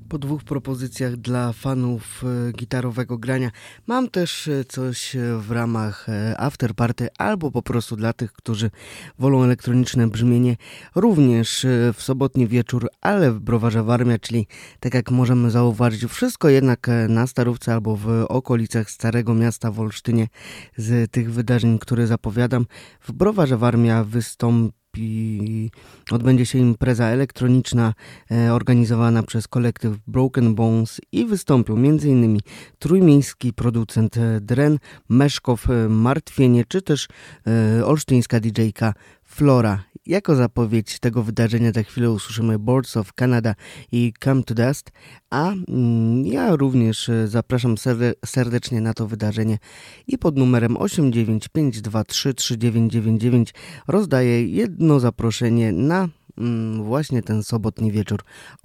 Po 2 propozycjach dla fanów gitarowego grania mam też coś w ramach afterparty albo po prostu dla tych, którzy wolą elektroniczne brzmienie, również w sobotni wieczór, ale w Browarze Warmia, czyli tak jak możemy zauważyć, wszystko jednak na Starówce albo w okolicach Starego Miasta w Olsztynie z tych wydarzeń, które zapowiadam. W Browarze Warmia odbędzie się impreza elektroniczna organizowana przez kolektyw Broken Bones i wystąpią m.in. trójmiejski producent Dren, Meszkow, Martwienie czy też olsztyńska DJ-ka Flora. Jako zapowiedź tego wydarzenia za chwilę usłyszymy Boards of Canada i Come to Dust, a ja również zapraszam serdecznie na to wydarzenie i pod numerem 895233999 rozdaję jedno zaproszenie na właśnie ten sobotni wieczór.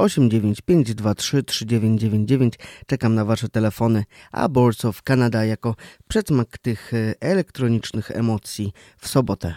895233999. Czekam na wasze telefony, a Boards of Canada jako przedsmak tych elektronicznych emocji w sobotę.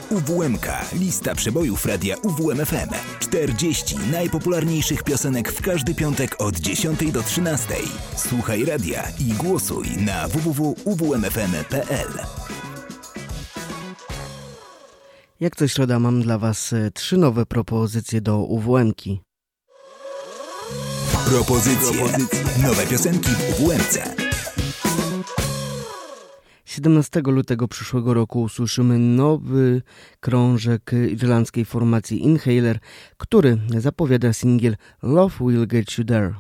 UWMka, lista przebojów radia UWMFM. 40 najpopularniejszych piosenek w każdy piątek od 10 do 13. Słuchaj radia i głosuj na www.uwmfm.pl. Jak co środa mam dla Was 3 nowe propozycje do UWMki. Propozycje. Nowe piosenki w UWMce. 17 lutego przyszłego roku usłyszymy nowy krążek irlandzkiej formacji Inhaler, który zapowiada singiel Love Will Get You There.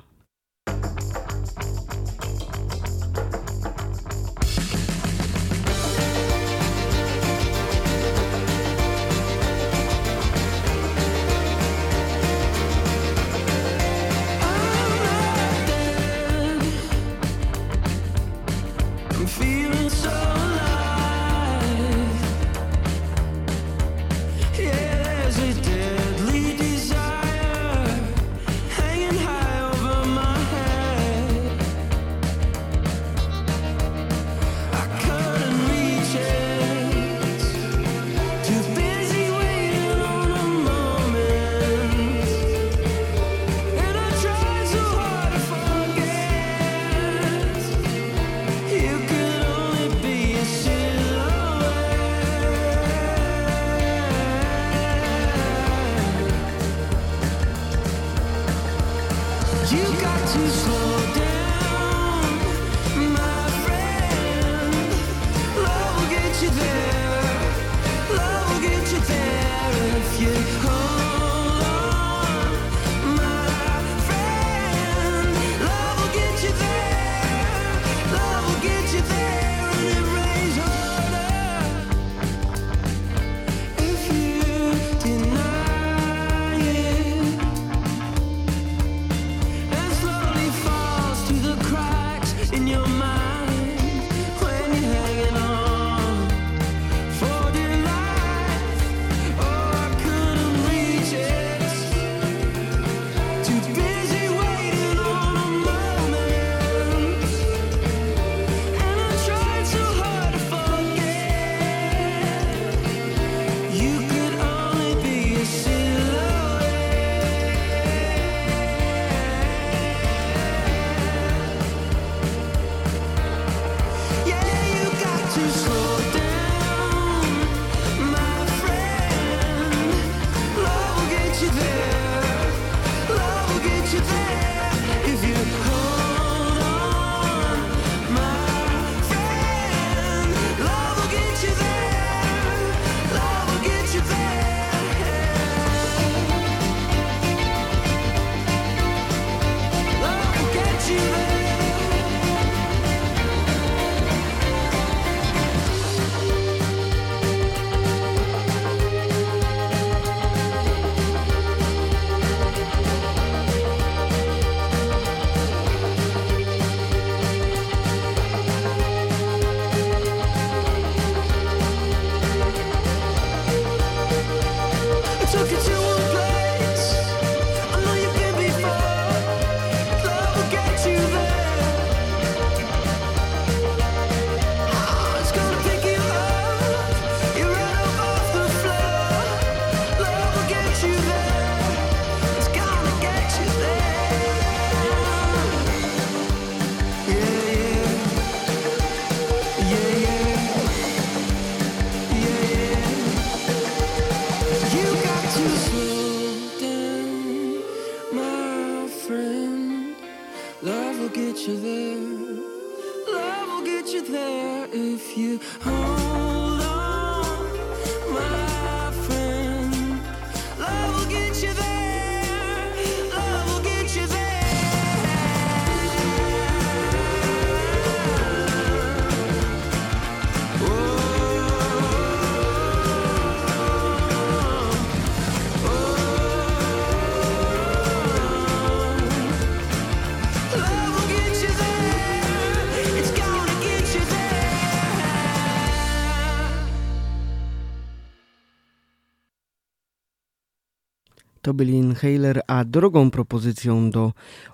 To byli Inhaler, a drugą propozycją do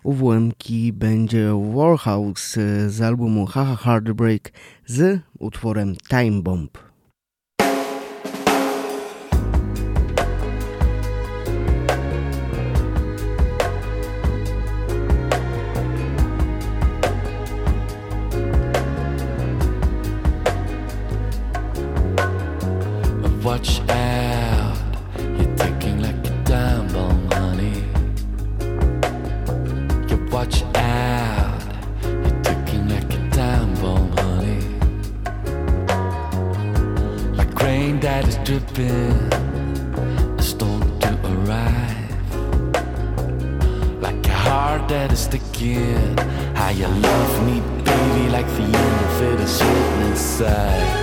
UWM-ki będzie Warhouse z albumu Haha Heartbreak z utworem Time Bomb. watch out, you're ticking like a time bomb, honey. You watch out, you're ticking like a time bomb, honey. Like rain that is dripping, a storm to arrive. Like a heart that is sticking, how you love me, baby, like the end of it is written inside.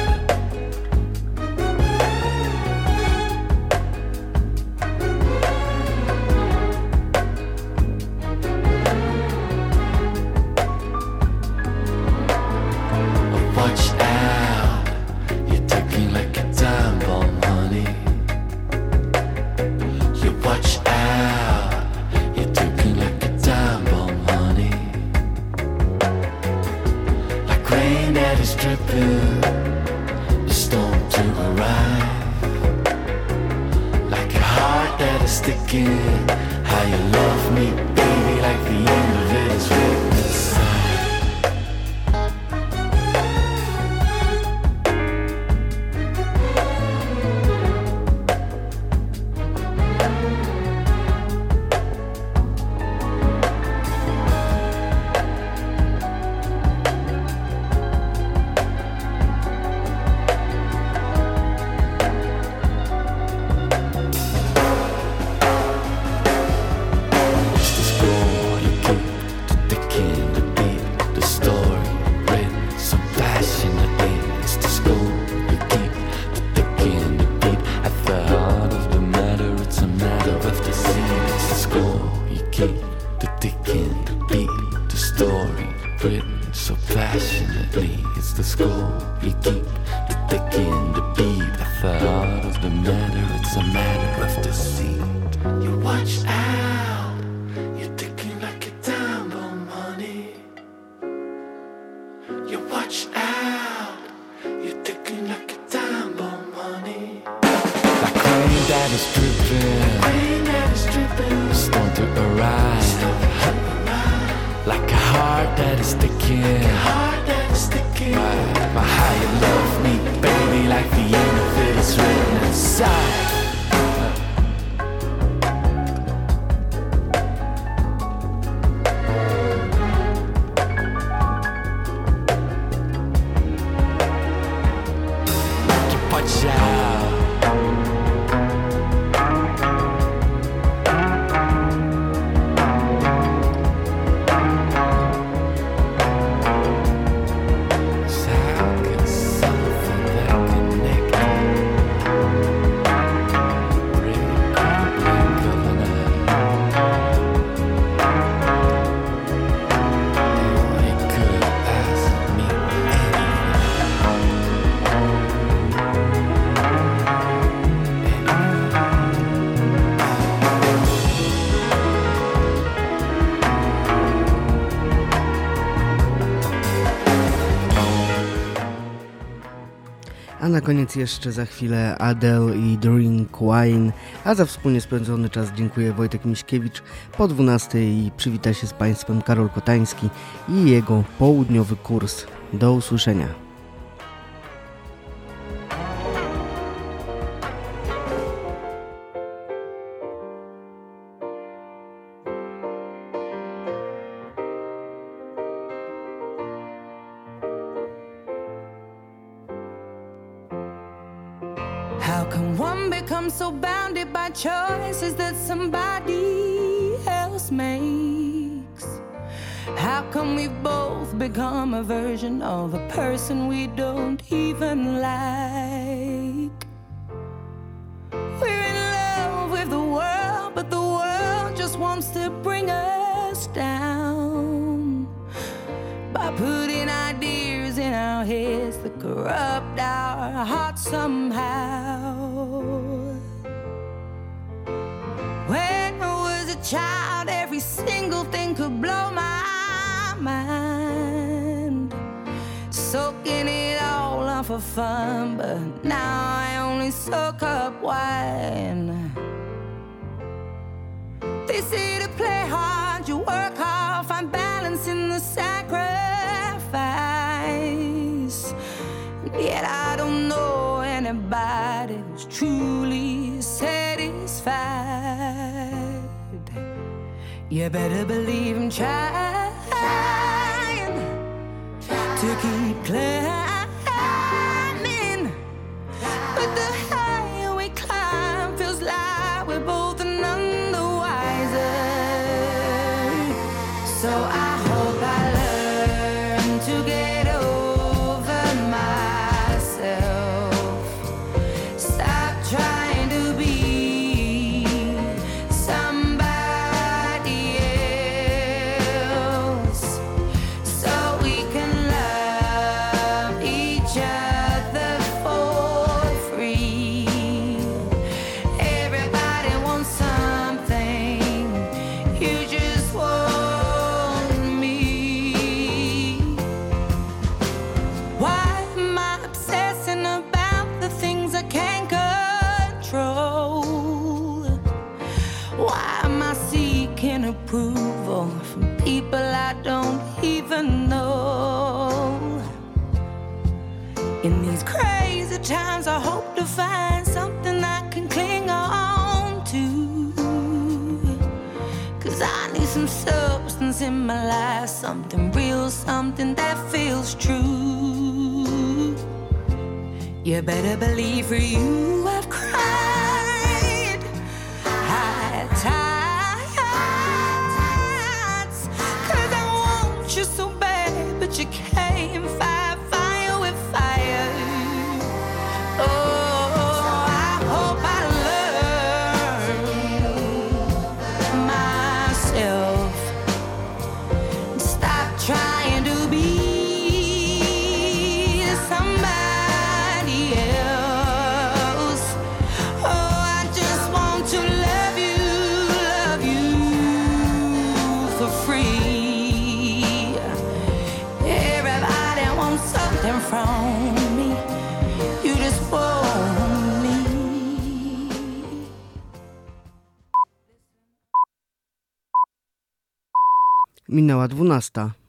A na koniec jeszcze za chwilę Adele i Drink Wine, a za wspólnie spędzony czas dziękuję Wojtek Miśkiewicz. Po 12:00 i przywita się z Państwem Karol Kotański i jego południowy kurs. Do usłyszenia. How can one become so bounded by choices that somebody else makes? How come we both become a version of a person we don't even like? We're in love with the world, but the world just wants to bring us down by putting ideas in our heads that corrupt our hearts somehow. When I was a child, every single thing could blow my mind, soaking it all up for fun, but now I only soak up wine. They say to play hard, you work hard, find balance in the sacrifice. Yet I don't know any anybody who's truly satisfied. You better believe I'm trying to keep climbing, but the higher we climb feels like we're both none the wiser. So I hope I learn to get over myself. Stop trying to be somebody else, so we can love each other for free. Everybody wants something, you just want me. Why am I obsessing about the things I can't control? Why am I seeking approval from people I don't even know? In these crazy times I hope to find something I can cling on to, 'cause I need some substance in my life, something real, something that feels true. You better believe for you I've cried high tides, 'cause I want you so bad, but you can't fight fire with fire. Oh, I hope I learn myself. Stop trying to be somebody else. Oh, I just want to love you for free. Everybody wants something from me. You just want me. Minęła 12.